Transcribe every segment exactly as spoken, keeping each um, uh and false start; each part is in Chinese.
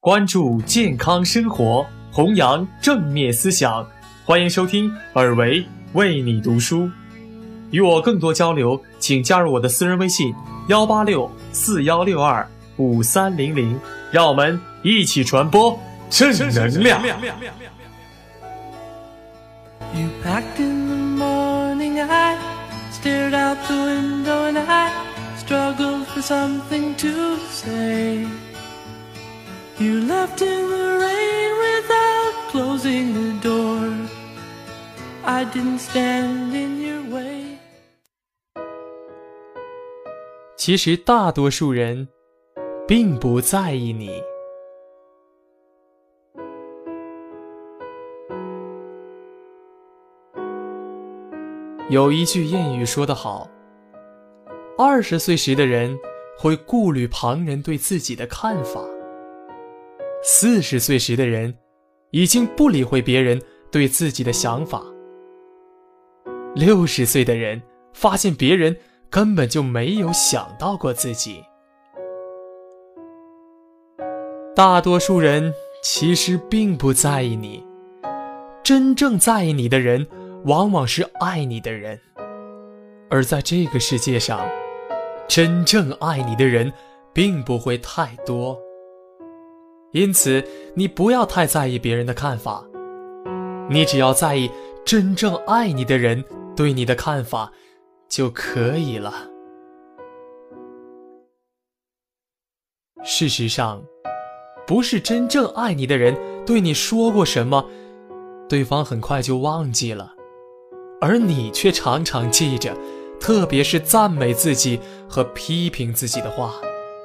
关注健康生活，弘扬正面思想。欢迎收听尔维为你读书。与我更多交流，请加入我的私人微信幺八六四幺六二五三零零，让我们一起传播正能量。 You packed in the morning, I stared out the window and I struggled for something to say. You left in the rain without closing the door. I didn't stand in your way. 其实大多数人并不在意你。有一句谚语说得好，二十岁时的人会顾虑旁人对自己的看法，四十岁时的人已经不理会别人对自己的想法，六十岁的人发现别人根本就没有想到过自己。大多数人其实并不在意你，真正在意你的人往往是爱你的人，而在这个世界上，真正爱你的人并不会太多。因此，你不要太在意别人的看法，你只要在意真正爱你的人对你的看法就可以了。事实上，不是真正爱你的人对你说过什么，对方很快就忘记了，而你却常常记着，特别是赞美自己和批评自己的话。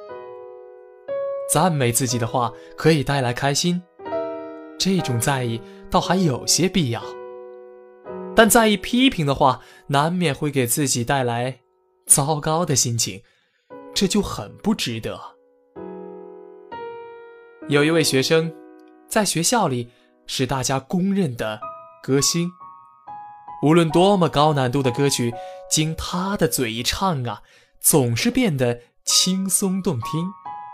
赞美自己的话可以带来开心，这种在意倒还有些必要，但在意批评的话难免会给自己带来糟糕的心情，这就很不值得。有一位学生在学校里是大家公认的歌星，无论多么高难度的歌曲，经他的嘴一唱啊，总是变得轻松动听。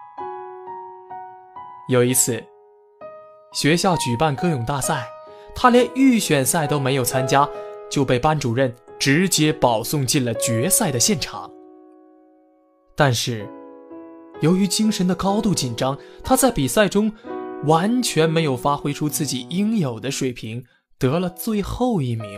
有一次，学校举办歌咏大赛，他连预选赛都没有参加，就被班主任直接保送进了决赛的现场。但是，由于精神的高度紧张，他在比赛中完全没有发挥出自己应有的水平，得了最后一名。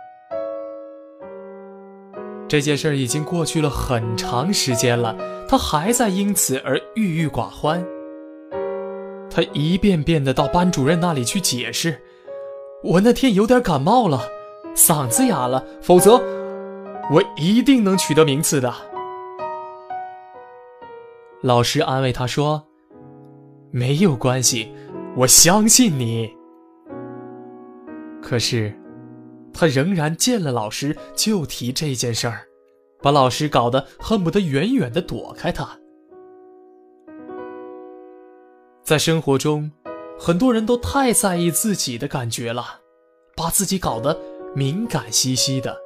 这件事已经过去了很长时间了，他还在因此而郁郁寡欢。他一遍遍地到班主任那里去解释，我那天有点感冒了，嗓子哑了，否则我一定能取得名次的。老师安慰他说，没有关系，我相信你。可是他仍然见了老师就提这件事儿，把老师搞得恨不得远远地躲开他。在生活中，很多人都太在意自己的感觉了，把自己搞得敏感兮兮的。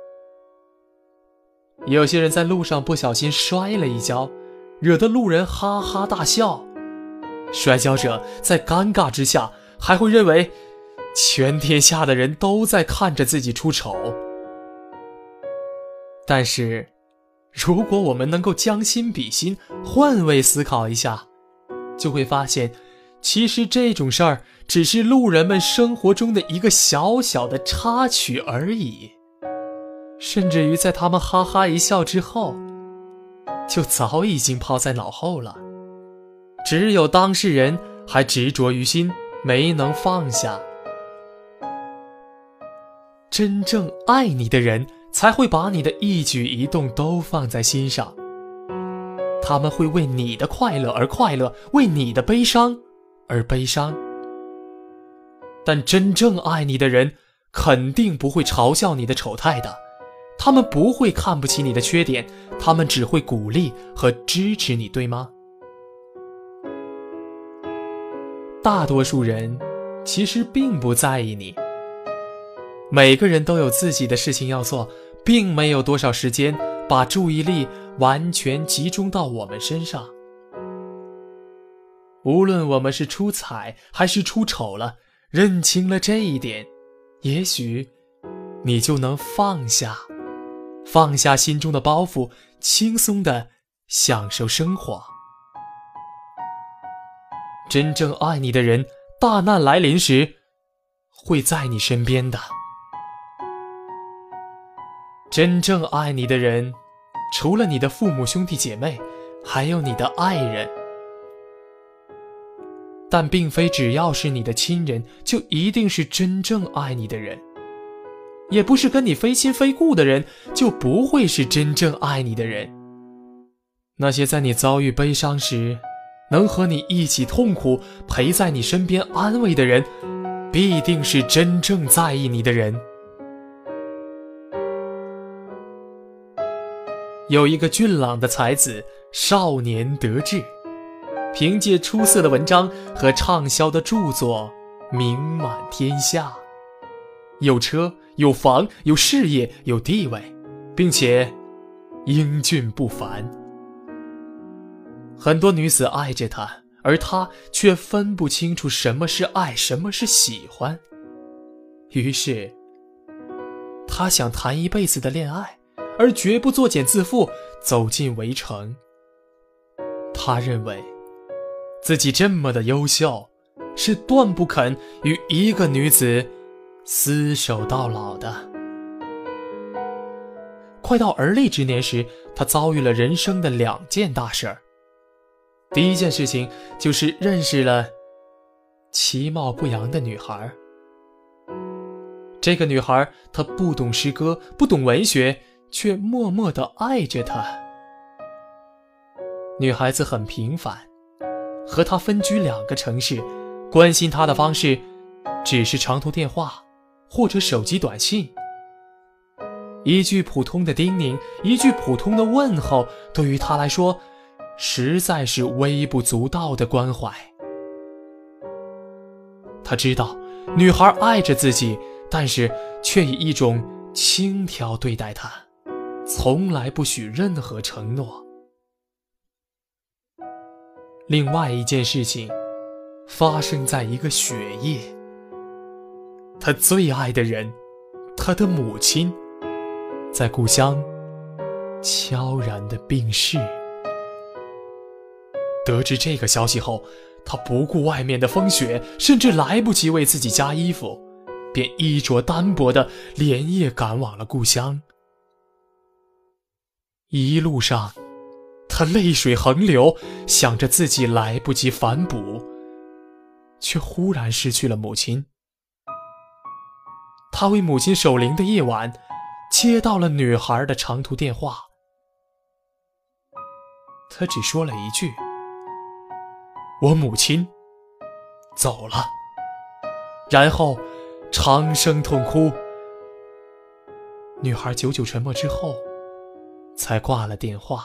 有些人在路上不小心摔了一跤，惹得路人哈哈大笑，摔跤者在尴尬之下还会认为全天下的人都在看着自己出丑。但是如果我们能够将心比心，换位思考一下，就会发现其实这种事儿只是路人们生活中的一个小小的插曲而已，甚至于在他们哈哈一笑之后，就早已经抛在脑后了。只有当事人还执着于心，没能放下。真正爱你的人才会把你的一举一动都放在心上，他们会为你的快乐而快乐，为你的悲伤而悲伤。但真正爱你的人肯定不会嘲笑你的丑态的，他们不会看不起你的缺点，他们只会鼓励和支持你，对吗？大多数人其实并不在意你，每个人都有自己的事情要做，并没有多少时间把注意力完全集中到我们身上。 无论我们是出彩还是出丑了，认清了这一点，也许你就能放下，放下心中的包袱，轻松地享受生活。真正爱你的人，大难来临时会在你身边的。真正爱你的人，除了你的父母兄弟姐妹，还有你的爱人。但并非只要是你的亲人，就一定是真正爱你的人，也不是跟你非亲非故的人，就不会是真正爱你的人。那些在你遭遇悲伤时，能和你一起痛苦，陪在你身边安慰的人，必定是真正在意你的人。有一个俊朗的才子，少年得志，凭借出色的文章和畅销的著作名满天下，有车有房有事业有地位，并且英俊不凡。很多女子爱着他，而他却分不清楚什么是爱，什么是喜欢。于是他想谈一辈子的恋爱，而绝不作茧自缚，走进围城。他认为自己这么的优秀，是断不肯与一个女子厮守到老的。快到而立之年时，他遭遇了人生的两件大事儿。第一件事情就是认识了其貌不扬的女孩。这个女孩，她不懂诗歌，不懂文学，却默默地爱着他。女孩子很平凡，和他分居两个城市，关心他的方式只是长途电话或者手机短信。一句普通的叮咛，一句普通的问候，对于他来说实在是微不足道的关怀。他知道女孩爱着自己，但是却以一种轻佻对待他，从来不许任何承诺。另外一件事情发生在一个雪夜，他最爱的人，他的母亲，在故乡悄然地病逝。得知这个消息后，他不顾外面的风雪，甚至来不及为自己加衣服，便衣着单薄地连夜赶往了故乡。一路上他泪水横流，想着自己来不及反哺，却忽然失去了母亲。他为母亲守灵的夜晚，接到了女孩的长途电话。他只说了一句：我母亲走了，然后长声痛哭。女孩久久沉默之后才挂了电话。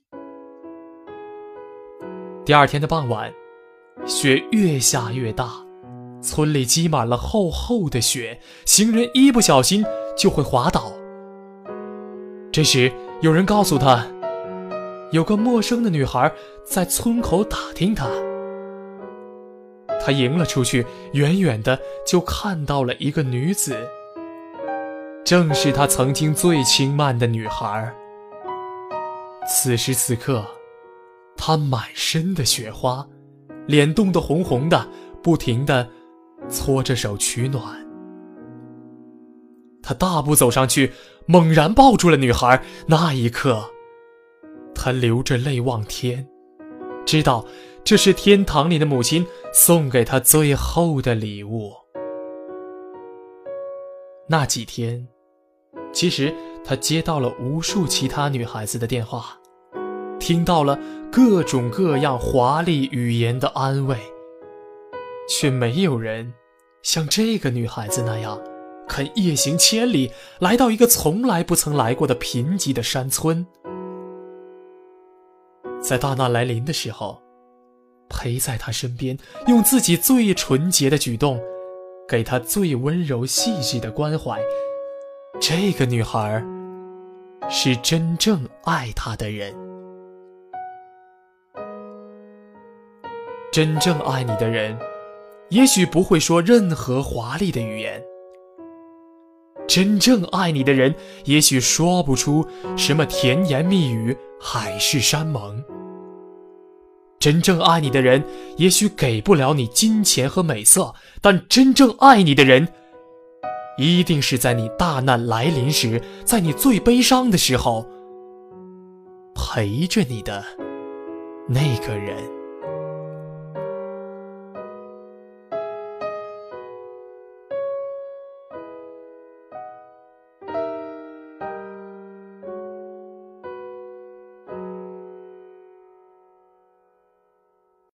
第二天的傍晚，雪越下越大，村里积满了厚厚的雪，行人一不小心就会滑倒。这时有人告诉他，有个陌生的女孩在村口打听他。他迎了出去，远远的就看到了一个女子，正是他曾经最轻慢的女孩。此时此刻，她满身的雪花，脸冻得红红的，不停地搓着手取暖。他大步走上去，猛然抱住了女孩。那一刻，他流着泪望天，知道这是天堂里的母亲送给他最后的礼物。那几天，其实他接到了无数其他女孩子的电话，听到了各种各样华丽语言的安慰，却没有人像这个女孩子那样肯夜行千里，来到一个从来不曾来过的贫瘠的山村。在大难来临的时候，陪在他身边，用自己最纯洁的举动给他最温柔细致的关怀。这个女孩是真正爱他的人。 真正爱你的人，也许不会说任何华丽的语言。真正爱你的人，也许说不出什么甜言蜜语、海誓山盟。真正爱你的人，也许给不了你金钱和美色，但真正爱你的人，一定是在你大难来临时，在你最悲伤的时候，陪着你的那个人。